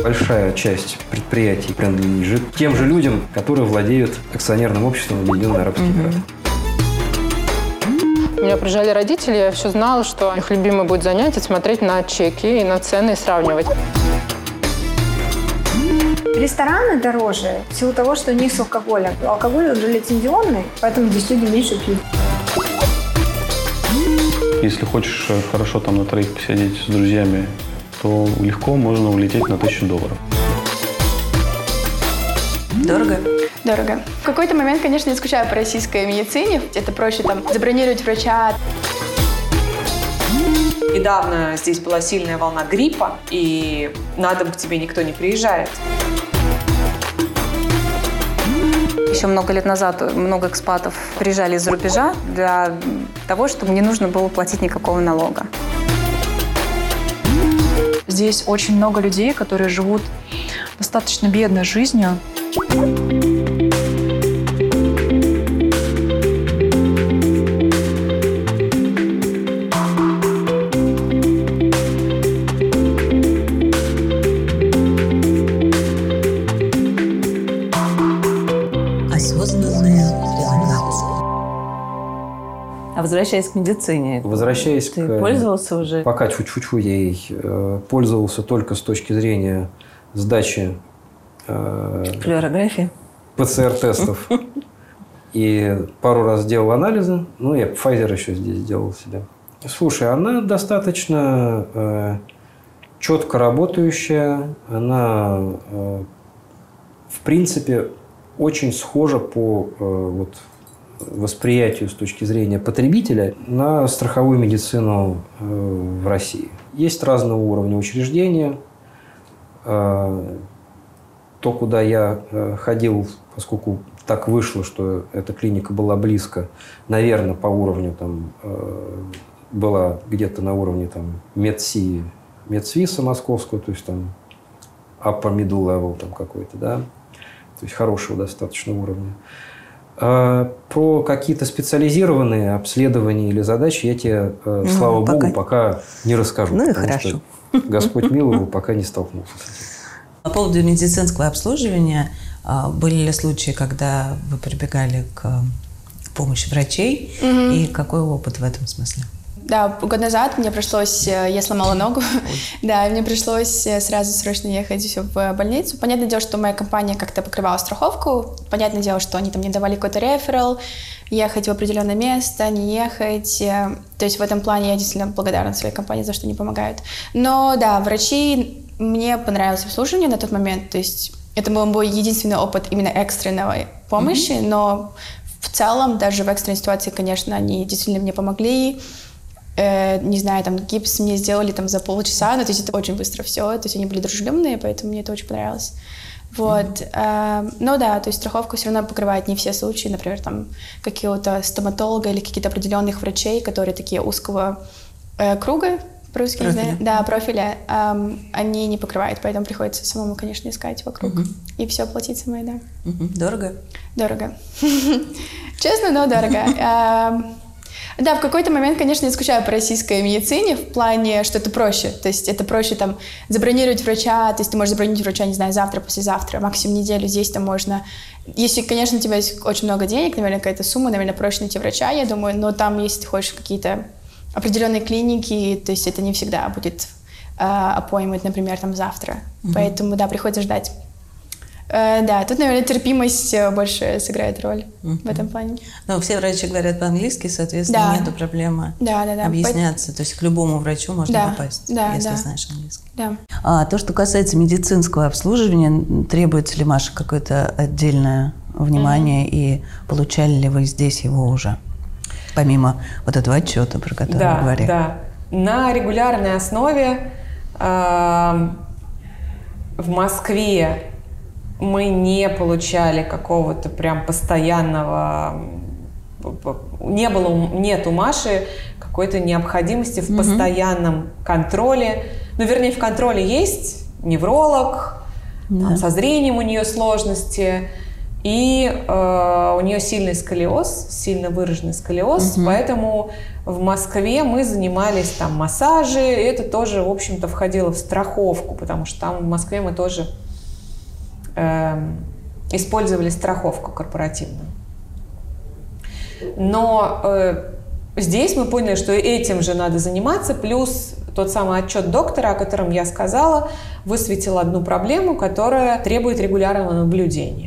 Большая часть предприятий принадлежит тем же людям, которые владеют акционерным обществом Объединенных Арабских Эмиратов. У меня приезжали родители, я все знала, что их любимое будет занятие смотреть на чеки и на цены и сравнивать. Рестораны дороже в силу того, что у них с алкоголем. Алкоголь уже лицензионный, поэтому здесь люди меньше пьют. Если хочешь хорошо там на троих посидеть с друзьями, то легко можно улететь на $1000. Дорого? Дорого. В какой-то момент, конечно, я скучаю по российской медицине. Это проще там забронировать врача. Недавно здесь была сильная волна гриппа, и на дом к тебе никто не приезжает. Еще много лет назад много экспатов приезжали из-за рубежа для того, чтобы не нужно было платить никакого налога. Здесь очень много людей, которые живут достаточно бедной жизнью. А возвращаясь к медицине, ты пользовался уже? Пока чуть-чуть я ей пользовался только с точки зрения сдачи флюорографии, ПЦР-тестов. И пару раз делал анализы. Ну, я Pfizer еще здесь делал себе. Слушай, она достаточно четко работающая. Она, в принципе, очень схожа по восприятию с точки зрения потребителя на страховую медицину в России. Есть разного уровня учреждения. То, куда я ходил, поскольку так вышло, что эта клиника была близко, наверное, по уровню там, была где-то на уровне там, медсвиса московского, то есть там upper middle level там, какой-то, да, то есть хорошего достаточно уровня. Про какие-то специализированные обследования или задачи я тебе, слава богу, пока не расскажу. Ну и хорошо. Господь миловал, пока не столкнулся с этим. По поводу медицинского обслуживания, были ли случаи, когда вы прибегали к помощи врачей? И какой опыт в этом смысле? Да, год назад мне пришлось, я сломала ногу, да, и мне пришлось сразу срочно ехать в больницу. Понятное дело, что моя компания как-то покрывала страховку, понятное дело, что они там мне давали какой-то реферал, ехать в определенное место, не ехать. То есть в этом плане я действительно благодарна своей компании за что они помогают. Но да, врачи, мне понравилось обслуживание на тот момент, то есть это был мой единственный опыт именно экстренной помощи, но в целом даже в экстренной ситуации, конечно, они действительно мне помогли. Не знаю, там гипс мне сделали там за полчаса, но то есть это очень быстро все, то есть они были дружелюбные, поэтому мне это очень понравилось. Вот. Но да, то есть страховка все равно покрывает не все случаи, например, там какого-то стоматолога или какие-то определенных врачей, которые такие узкого круга, по-русски, не знаю, да, профиля, они не покрывают, поэтому приходится самому, конечно, искать вокруг и все платить самой, да. Дорого? Дорого. Честно, но дорого. Да, в какой-то момент, конечно, я скучаю по российской медицине в плане, что это проще. То есть это проще там забронировать врача, то есть ты можешь забронировать врача, не знаю, завтра, послезавтра, максимум неделю. Здесь там можно... Если, конечно, у тебя есть очень много денег, наверное, какая-то сумма, наверное, проще найти врача, я думаю, но там, если ты хочешь какие-то определенные клиники, то есть это не всегда будет appointment, например, там завтра. Поэтому, да, приходится ждать. Да, тут, наверное, терпимость больше сыграет роль в этом плане. Но все врачи говорят по-английски, соответственно, нету проблемы объясняться. То есть к любому врачу можно попасть, если знаешь английский. Да. А то, что касается медицинского обслуживания, требуется ли, Маша, какое-то отдельное внимание, и получали ли вы здесь его уже, помимо вот этого отчета, про который мы говорили? Да, на регулярной основе в Москве мы не получали какого-то прям постоянного... Нет у Маши какой-то необходимости в постоянном контроле. Ну, вернее, в контроле есть невролог, там, со зрением у нее сложности. И у нее сильный сколиоз, сильно выраженный сколиоз, поэтому в Москве мы занимались там массажи, и это тоже, в общем-то, входило в страховку, потому что там в Москве мы тоже использовали страховку корпоративную. Но здесь мы поняли, что этим же надо заниматься, плюс тот самый отчет доктора, о котором я сказала, высветил одну проблему, которая требует регулярного наблюдения.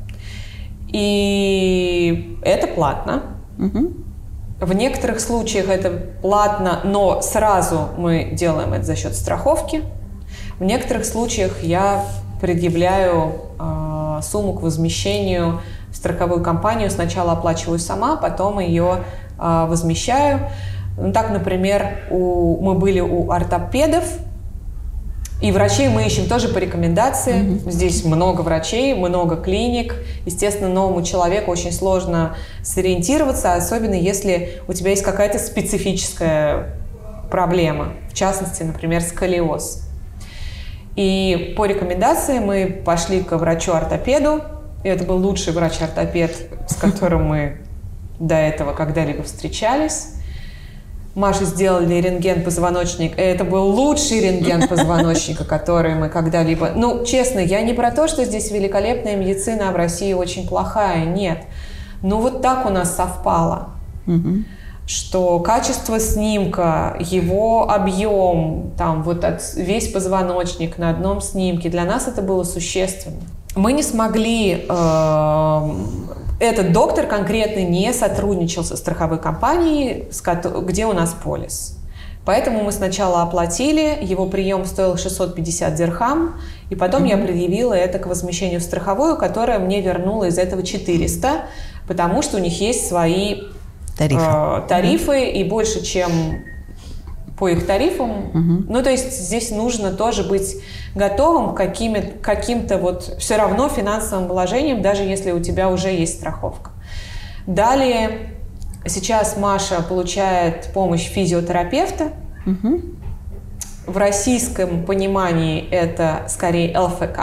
И это платно. В некоторых случаях это платно, но сразу мы делаем это за счет страховки. В некоторых случаях я предъявляю сумму к возмещению в страховую компанию. Сначала оплачиваю сама, потом ее возмещаю. Ну, так, например, мы были у ортопедов, и врачей мы ищем тоже по рекомендации. Здесь много врачей, много клиник. Естественно, новому человеку очень сложно сориентироваться, особенно если у тебя есть какая-то специфическая проблема, в частности, например, сколиоз. И по рекомендации мы пошли к врачу-ортопеду, и это был лучший врач-ортопед, с которым мы до этого когда-либо встречались. Маше сделали рентген позвоночника, и это был лучший рентген позвоночника, который мы когда-либо... Ну, честно, я не про то, что здесь великолепная медицина, а в России очень плохая, нет. Но вот так у нас совпало, что качество снимка, его объем, там вот весь позвоночник на одном снимке, для нас это было существенно. Мы не смогли... Этот доктор конкретно не сотрудничал со страховой компанией, где у нас полис. Поэтому мы сначала оплатили, его прием стоил 650 дирхам, и потом я предъявила это к возмещению в страховую, которая мне вернула из этого 400, потому что у них есть свои тарифы и больше, чем по их тарифам. Ну, то есть здесь нужно тоже быть готовым к каким-то вот все равно финансовым вложениям, даже если у тебя уже есть страховка. Далее, сейчас Маша получает помощь физиотерапевта. В российском понимании это скорее ЛФК.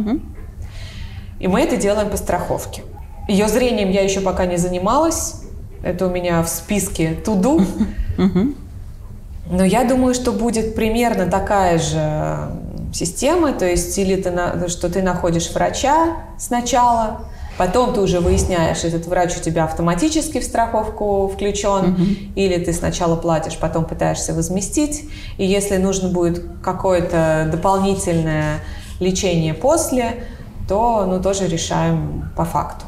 И мы это делаем по страховке. Ее зрением я еще пока не занималась. Это у меня в списке to do. Но я думаю, что будет примерно такая же система, то есть или что ты находишь врача сначала, потом ты уже выясняешь, этот врач у тебя автоматически в страховку включен, или ты сначала платишь, потом пытаешься возместить, и если нужно будет какое-то дополнительное лечение после, то тоже решаем по факту.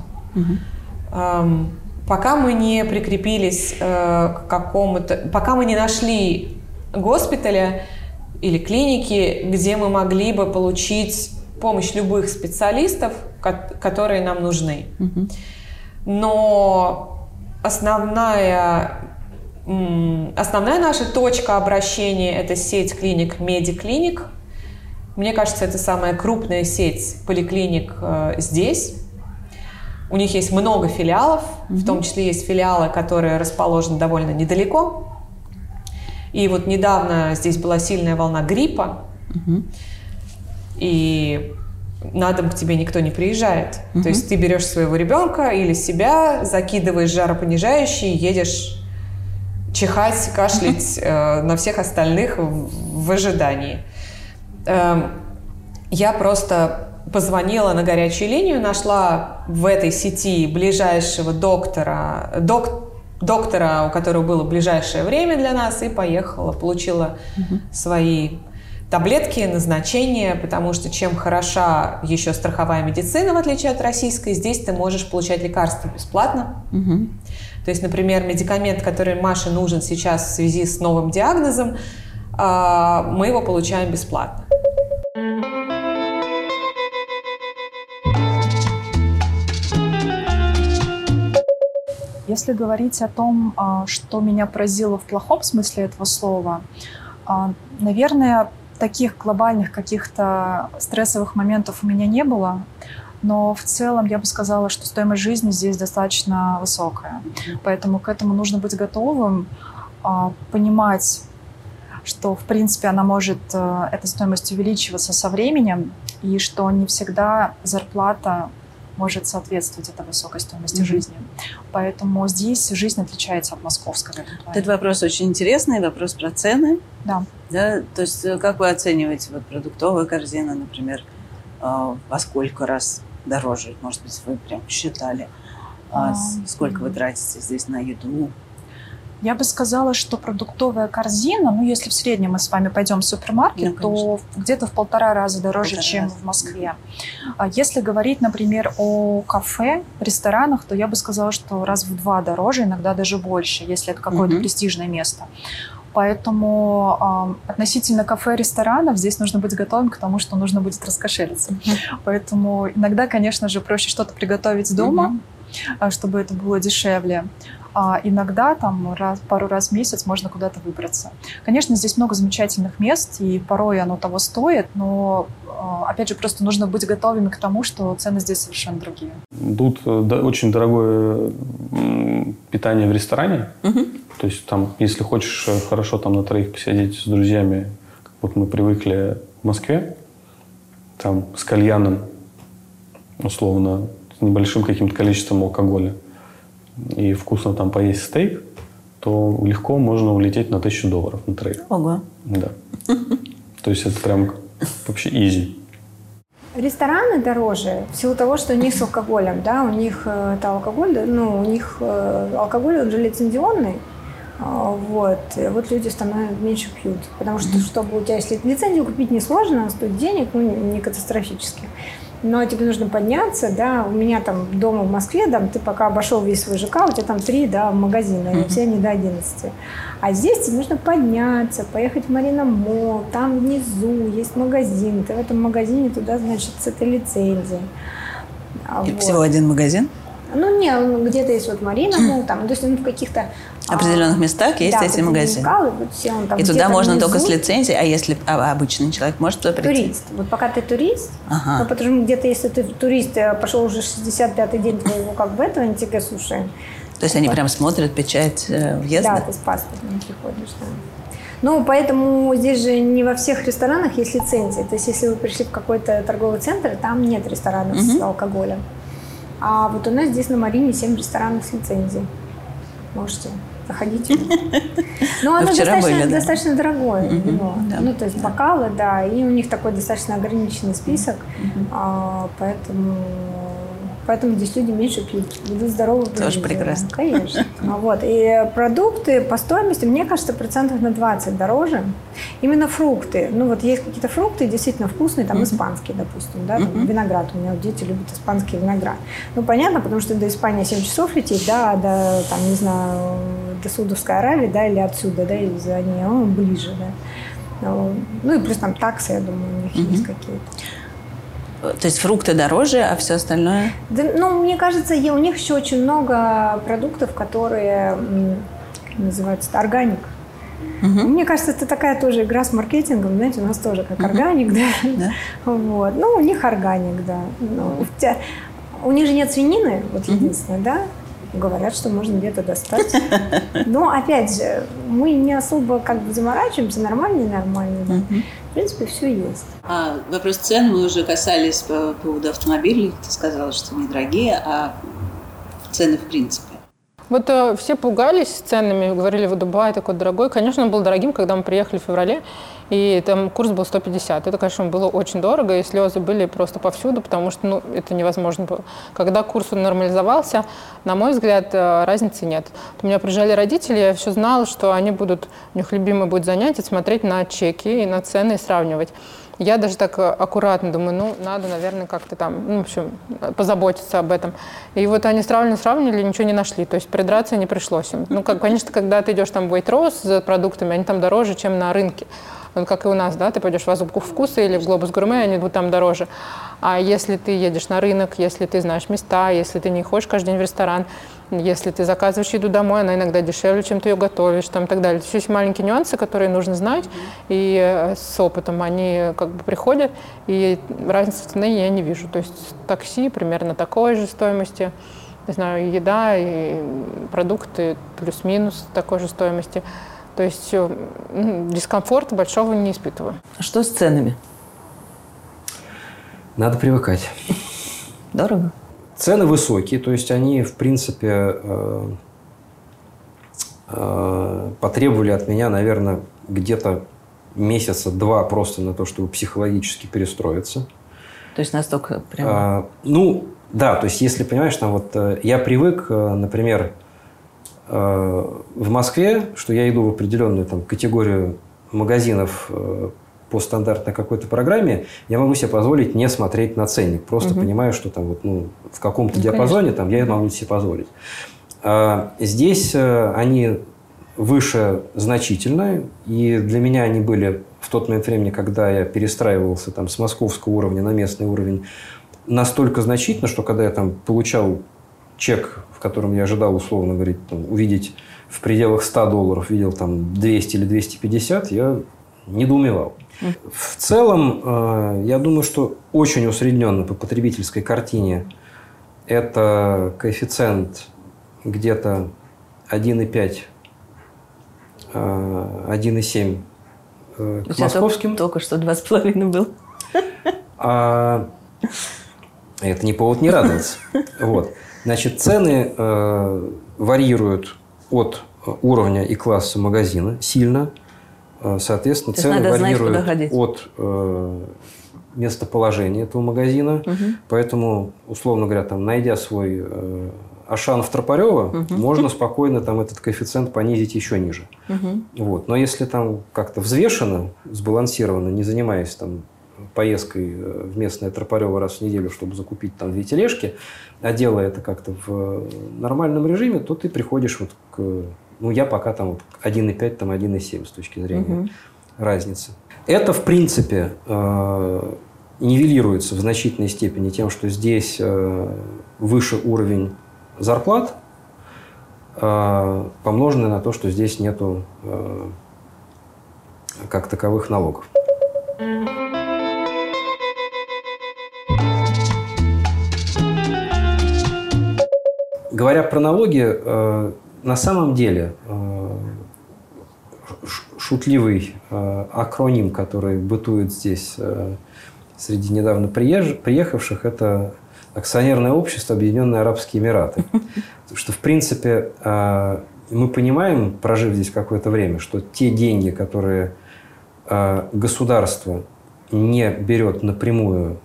Пока мы не прикрепились к какому-то... Пока мы не нашли госпиталя или клиники, где мы могли бы получить помощь любых специалистов, которые нам нужны. Но основная наша точка обращения – это сеть клиник Медиклиник. Мне кажется, это самая крупная сеть поликлиник здесь. У них есть много филиалов, в том числе есть филиалы, которые расположены довольно недалеко. И вот недавно здесь была сильная волна гриппа, и на дом к тебе никто не приезжает. То есть ты берешь своего ребенка или себя, закидываешь жаропонижающий, едешь чихать, кашлять на всех остальных в ожидании. Я просто позвонила на горячую линию, нашла в этой сети ближайшего доктора, у которого было ближайшее время для нас, и поехала, получила свои таблетки, назначения, потому что чем хороша еще страховая медицина, в отличие от российской, здесь ты можешь получать лекарства бесплатно. То есть, например, медикамент, который Маше нужен сейчас в связи с новым диагнозом, мы его получаем бесплатно. Если говорить о том, что меня поразило в плохом смысле этого слова, наверное, таких глобальных каких-то стрессовых моментов у меня не было, но в целом я бы сказала, что стоимость жизни здесь достаточно высокая. Поэтому к этому нужно быть готовым, понимать, что, в принципе, она может, эта стоимость, увеличиваться со временем, и что не всегда зарплата может соответствовать этой высокой стоимости жизни. Поэтому здесь жизнь отличается от московской в этом плане. Этот вопрос очень интересный, вопрос про цены. Да. Да? То есть как вы оцениваете вот, продуктовая корзина, например, во сколько раз дороже? Может быть, вы прям считали, сколько вы тратите здесь на еду? Я бы сказала, что продуктовая корзина, ну, если в среднем мы с вами пойдем в супермаркет, то где-то в 1,5 раза дороже, чем в Москве. А если говорить, например, о кафе, ресторанах, то я бы сказала, что раз в 2 дороже, иногда даже больше, если это какое-то престижное место. Поэтому относительно кафе и ресторанов здесь нужно быть готовым к тому, что нужно будет раскошелиться. Поэтому иногда, конечно же, проще что-то приготовить дома, чтобы это было дешевле. А иногда там пару раз в месяц можно куда-то выбраться. Конечно, здесь много замечательных мест, и порой оно того стоит, но, опять же, просто нужно быть готовыми к тому, что цены здесь совершенно другие. Тут очень дорогое питание в ресторане. То есть там, если хочешь хорошо там на 3 посидеть с друзьями, как вот мы привыкли в Москве, там с кальяном, условно, с небольшим каким-то количеством алкоголя, и вкусно там поесть стейк, то легко можно улететь на $1000 на 3. Ого. Да. То есть это прям вообще изи. Рестораны дороже в силу того, что у них с алкоголем, да, у них это алкоголь, ну, у них алкоголь, он же лицензионный, вот люди меньше пьют, потому что, чтобы у тебя, если лицензию купить несложно, стоит денег, ну, не катастрофически. Но тебе нужно подняться, да, у меня там дома в Москве, там, ты пока обошел весь свой ЖК, у тебя там 3, да, магазина, и все они до 11. А здесь тебе нужно подняться, поехать в Марина Молл, там внизу есть магазин, ты в этом магазине туда, значит, с этой лицензией. Всего один магазин? Ну, не, где-то есть вот Марина Молл, там, то есть в каких-то определенных местах есть эти магазины. И туда можно только с лицензией, а если обычный человек может туда прийти? Турист. Вот пока ты турист, ну, потому что где-то, если ты турист, пошел уже 65-й день твоего как бы этого антига-суши. То есть они прям смотрят печать въезда? Да, ты с паспортом приходишь, да. Ну, поэтому здесь же не во всех ресторанах есть лицензии. То есть если вы пришли в какой-то торговый центр, там нет ресторанов с алкоголем. А вот у нас здесь на Марине 7 ресторанов с лицензией. Можете заходить. Но оно достаточно дорогое вино. Ну, то есть бокалы, да, и у них такой достаточно ограниченный список, поэтому здесь люди меньше пьют. Ведут здоровый образ жизни. Тоже прекрасно. Конечно. Вот. И продукты по стоимости, мне кажется, 20% дороже. Именно фрукты. Ну, вот есть какие-то фрукты действительно вкусные, там испанские, допустим, да, там виноград. У меня дети любят испанский виноград. Ну, понятно, потому что до Испании 7 часов лететь, да, до, там, не знаю, до Саудовской Аравии, да, или отсюда, да, из-за нее, ближе, да. Ну, и плюс там таксы, я думаю, у них есть какие-то. То есть фрукты дороже, а все остальное? Да, ну, мне кажется, у них еще очень много продуктов, которые, как называются, органик. Мне кажется, это такая тоже игра с маркетингом, знаете, у нас тоже как органик, да. Вот. Ну, у них органик, да. У них же нет свинины, вот единственное, да. Говорят, что можно где-то достать. Но, опять же, мы не особо как бы заморачиваемся, нормально, да. В принципе, все есть. Вопрос цен мы уже касались по поводу автомобилей. Ты сказала, что недорогие, а цены в принципе. Вот все пугались ценами, говорили, вот Дубай такой дорогой. Конечно, он был дорогим, когда мы приехали в феврале, и там курс был 150. Это, конечно, было очень дорого, и слезы были просто повсюду, потому что, ну, это невозможно было. Когда курс нормализовался, на мой взгляд, разницы нет. У меня приезжали родители, я все знала, что они будут, у них любимое будет занятие, смотреть на чеки и на цены и сравнивать. Я даже так аккуратно думаю, ну, надо, наверное, как-то там, ну, в общем, позаботиться об этом. И вот они сравнивали, ничего не нашли. То есть придраться не пришлось им. Ну, конечно, когда ты идешь там в Waitrose за продуктами, они там дороже, чем на рынке. Вот как и у нас, да, ты пойдешь в Азбуку вкуса или в Глобус Гурме, они будут там дороже. А если ты едешь на рынок, если ты знаешь места, если ты не ходишь каждый день в ресторан, если ты заказываешь еду домой, она иногда дешевле, чем ты ее готовишь, там, и так далее. Есть маленькие нюансы, которые нужно знать, и с опытом они как бы приходят, и разницы в цене я не вижу. То есть такси примерно такой же стоимости, не знаю, еда и продукты плюс-минус такой же стоимости. То есть дискомфорта большого не испытываю. Что с ценами? Надо привыкать. Дорого? Цены высокие, то есть они, в принципе, потребовали от меня, наверное, где-то месяца 2 просто на то, чтобы психологически перестроиться. То есть настолько прямо... Да, то есть если, понимаешь, там вот я привык, например, в Москве, что я иду в определенную там категорию магазинов по стандартной какой-то программе, я могу себе позволить не смотреть на ценник. Просто понимаю, что там вот, в каком-то диапазоне там, я могу себе позволить. Здесь они выше значительно, и для меня они были в тот момент времени, когда я перестраивался там, с московского уровня на местный уровень, настолько значительно, что когда я там получал чек, в котором я ожидал, условно говоря, увидеть в пределах $100, видел там 200 или 250, я недоумевал. В целом, я думаю, что очень усредненно по потребительской картине это коэффициент где-то 1,5, 1,7 к московским. Только что 2,5 был. Это не повод не радоваться. Вот. Значит, цены варьируют от уровня и класса магазина сильно. Соответственно, цены варьируют от местоположения этого магазина. Поэтому, условно говоря, там, найдя свой Ашан в Тропарево, можно спокойно там, этот коэффициент понизить еще ниже. Вот. Но если там как-то взвешено, сбалансировано, не занимаясь там поездкой в местное Тропарево раз в неделю, чтобы закупить там 2 тележки, а делая это как-то в нормальном режиме, то ты приходишь вот к... я пока там вот 1,5, там 1,7 с точки зрения разницы. Это, в принципе, нивелируется в значительной степени тем, что здесь выше уровень зарплат, помноженный на то, что здесь нету как таковых налогов. Говоря про налоги, на самом деле шутливый акроним, который бытует здесь среди недавно приехавших, это акционерное общество Объединенные Арабские Эмираты. Потому что, в принципе, мы понимаем, прожив здесь какое-то время, что те деньги, которые государство не берет напрямую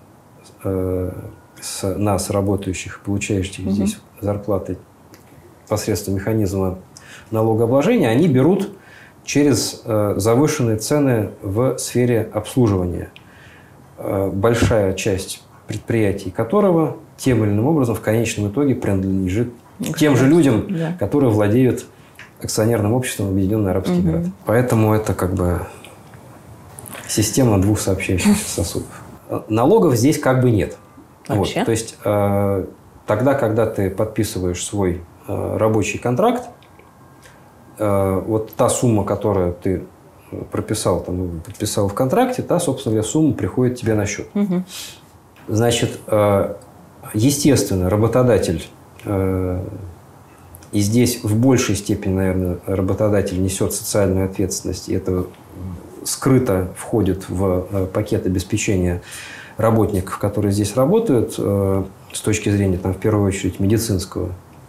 с нас, работающих, получающих здесь зарплаты посредством механизма налогообложения, они берут через завышенные цены в сфере обслуживания. Большая часть предприятий которого тем или иным образом в конечном итоге принадлежит тем же людям, которые владеют акционерным обществом Объединенные Арабские Эмираты. Поэтому это как бы система двух сообщающихся сосудов. Налогов здесь как бы нет. Вот. То есть тогда, когда ты подписываешь свой рабочий контракт, вот та сумма, которую ты прописал, там, подписал в контракте, та, собственно говоря, сумма приходит тебе на счет. Значит, естественно, работодатель, и здесь в большей степени, наверное, работодатель несет социальную ответственность, и это скрыто входит в пакет обеспечения работников, которые здесь работают, с точки зрения, там, в первую очередь, медицинского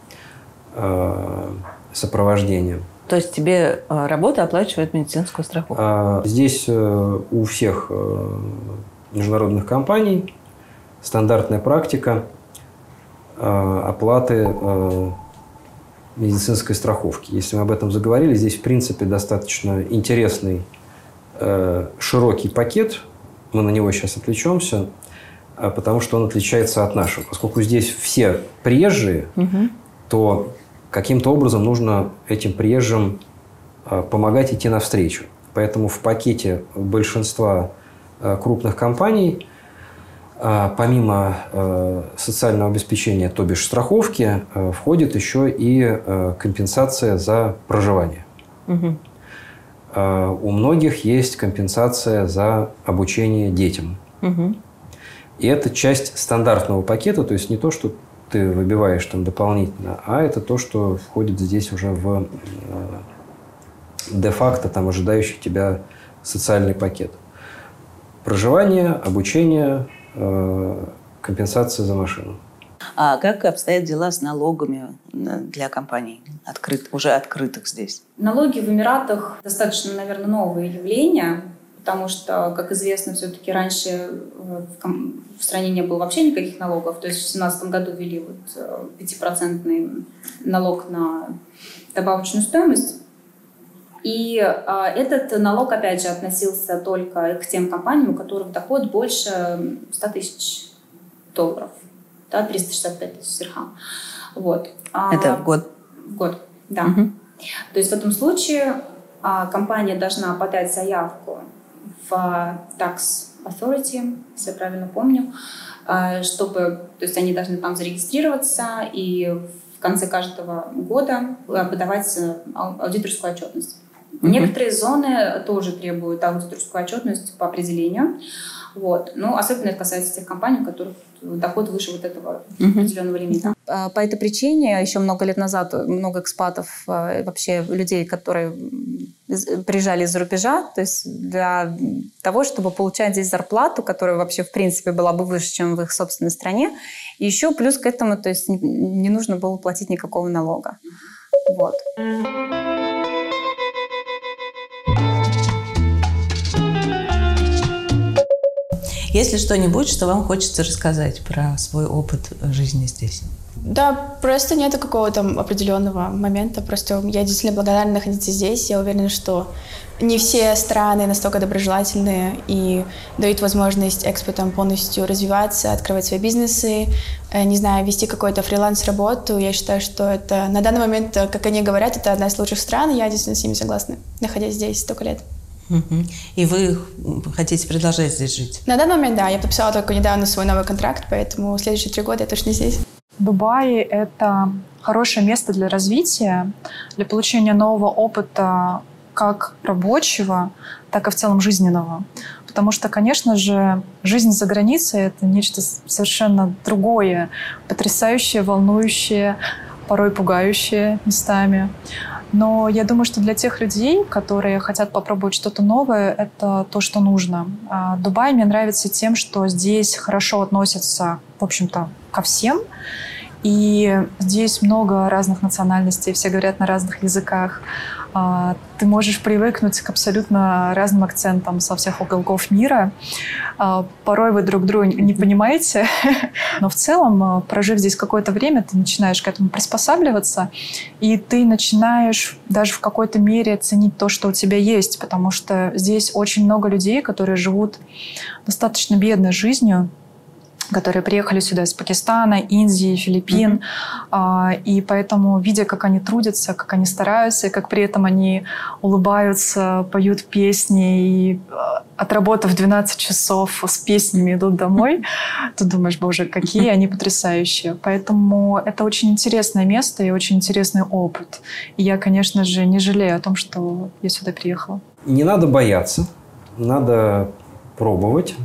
сопровождения. То есть тебе работа оплачивает медицинскую страховку? Здесь у всех международных компаний стандартная практика оплаты медицинской страховки. Если мы об этом заговорили, здесь, в принципе, достаточно интересный, широкий пакет. Мы на него сейчас отвлечемся, потому что он отличается от нашего. Поскольку здесь все приезжие, то каким-то образом нужно этим приезжим помогать идти навстречу. Поэтому в пакете большинства крупных компаний помимо социального обеспечения, то бишь страховки, входит еще и компенсация за проживание. У многих есть компенсация за обучение детям. И это часть стандартного пакета, то есть не то, что ты выбиваешь там дополнительно, а это то, что входит здесь уже в де-факто там ожидающий тебя социальный пакет. Проживание, обучение, компенсация за машину. А как обстоят дела с налогами для компаний, уже открытых здесь? Налоги в Эмиратах достаточно, наверное, новое явление, потому что, как известно, все-таки раньше в стране не было вообще никаких налогов. То есть в 2017 году ввели 5% налог на добавочную стоимость. И этот налог, опять же, относился только к тем компаниям, у которых доход больше 100 тысяч долларов. Да, 365 тысяч дирхам. Вот. Это в год? В год, да. То есть в этом случае компания должна подать заявку в Tax Authority, если я правильно помню, чтобы, то есть они должны там зарегистрироваться и в конце каждого года подавать аудиторскую отчетность. Некоторые зоны тоже требуют аудиторскую отчетность по определению. Вот. Но особенно это касается тех компаний, у которых доход выше вот этого определенного лимита. По этой причине еще много лет назад много экспатов, вообще людей, которые приезжали из-за рубежа, то есть для того, чтобы получать здесь зарплату, которая вообще в принципе была бы выше, чем в их собственной стране, и еще плюс к этому, то есть не нужно было платить никакого налога. Вот. Есть ли что-нибудь, что вам хочется рассказать про свой опыт жизни здесь? Да, просто нету какого-то определенного момента. Просто я действительно благодарна находиться здесь. Я уверена, что не все страны настолько доброжелательные и дают возможность экспатам полностью развиваться, открывать свои бизнесы, не знаю, вести какую-то фриланс-работу. Я считаю, что это на данный момент, как они говорят, это одна из лучших стран. Я действительно с ними согласна, находясь здесь столько лет. И вы хотите продолжать здесь жить? На данный момент, да. Я подписала только недавно свой новый контракт, поэтому следующие 3 года я точно здесь. Дубай — это хорошее место для развития, для получения нового опыта как рабочего, так и в целом жизненного. Потому что, конечно же, жизнь за границей — это нечто совершенно другое, потрясающее, волнующее, порой пугающее местами. Но я думаю, что для тех людей, которые хотят попробовать что-то новое, это то, что нужно. Дубай мне нравится тем, что здесь хорошо относятся, в общем-то, ко всем. И здесь много разных национальностей, все говорят на разных языках. Ты можешь привыкнуть к абсолютно разным акцентам со всех уголков мира. Порой вы друг друга не понимаете, но в целом, прожив здесь какое-то время, ты начинаешь к этому приспосабливаться, и ты начинаешь даже в какой-то мере ценить то, что у тебя есть, потому что здесь очень много людей, которые живут достаточно бедной жизнью, которые приехали сюда из Пакистана, Индии, Филиппин. И поэтому, видя, как они трудятся, как они стараются, и как при этом они улыбаются, поют песни, и отработав 12 часов с песнями идут домой, ты думаешь, боже, какие они потрясающие. Поэтому это очень интересное место и очень интересный опыт. И я, конечно же, не жалею о том, что я сюда приехала. Не надо бояться, надо пробовать.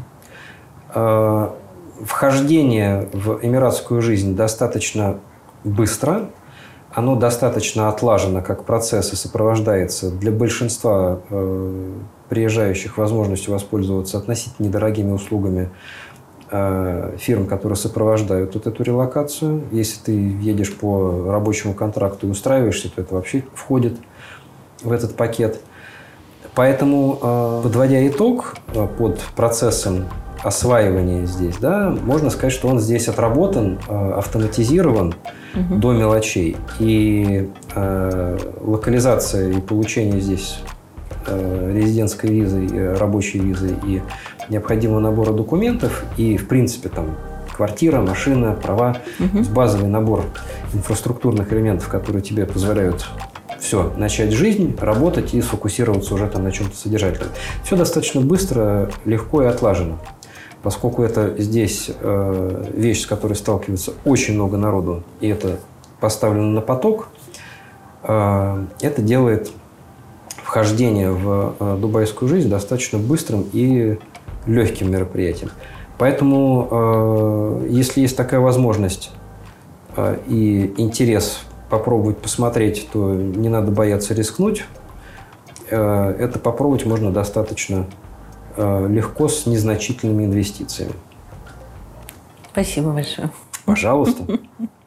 Вхождение в эмиратскую жизнь достаточно быстро, оно достаточно отлажено как процесс и сопровождается для большинства приезжающих возможностью воспользоваться относительно недорогими услугами фирм, которые сопровождают вот эту релокацию. Если ты едешь по рабочему контракту и устраиваешься, то это вообще входит в этот пакет. Поэтому, подводя итог под процессом осваивания здесь, да, можно сказать, что он здесь отработан, автоматизирован до мелочей. И локализация и получение здесь резидентской визы, рабочей визы и необходимого набора документов, и, в принципе, там квартира, машина, права, то есть базовый набор инфраструктурных элементов, которые тебе позволяют все, начать жизнь, работать и сфокусироваться уже там на чем-то содержательном. Все достаточно быстро, легко и отлажено. Поскольку это здесь вещь, с которой сталкивается очень много народу, и это поставлено на поток, это делает вхождение в дубайскую жизнь достаточно быстрым и легким мероприятием. Поэтому, если есть такая возможность и интерес попробовать посмотреть, то не надо бояться рискнуть. Это попробовать можно достаточно легко, с незначительными инвестициями. Спасибо большое. Пожалуйста.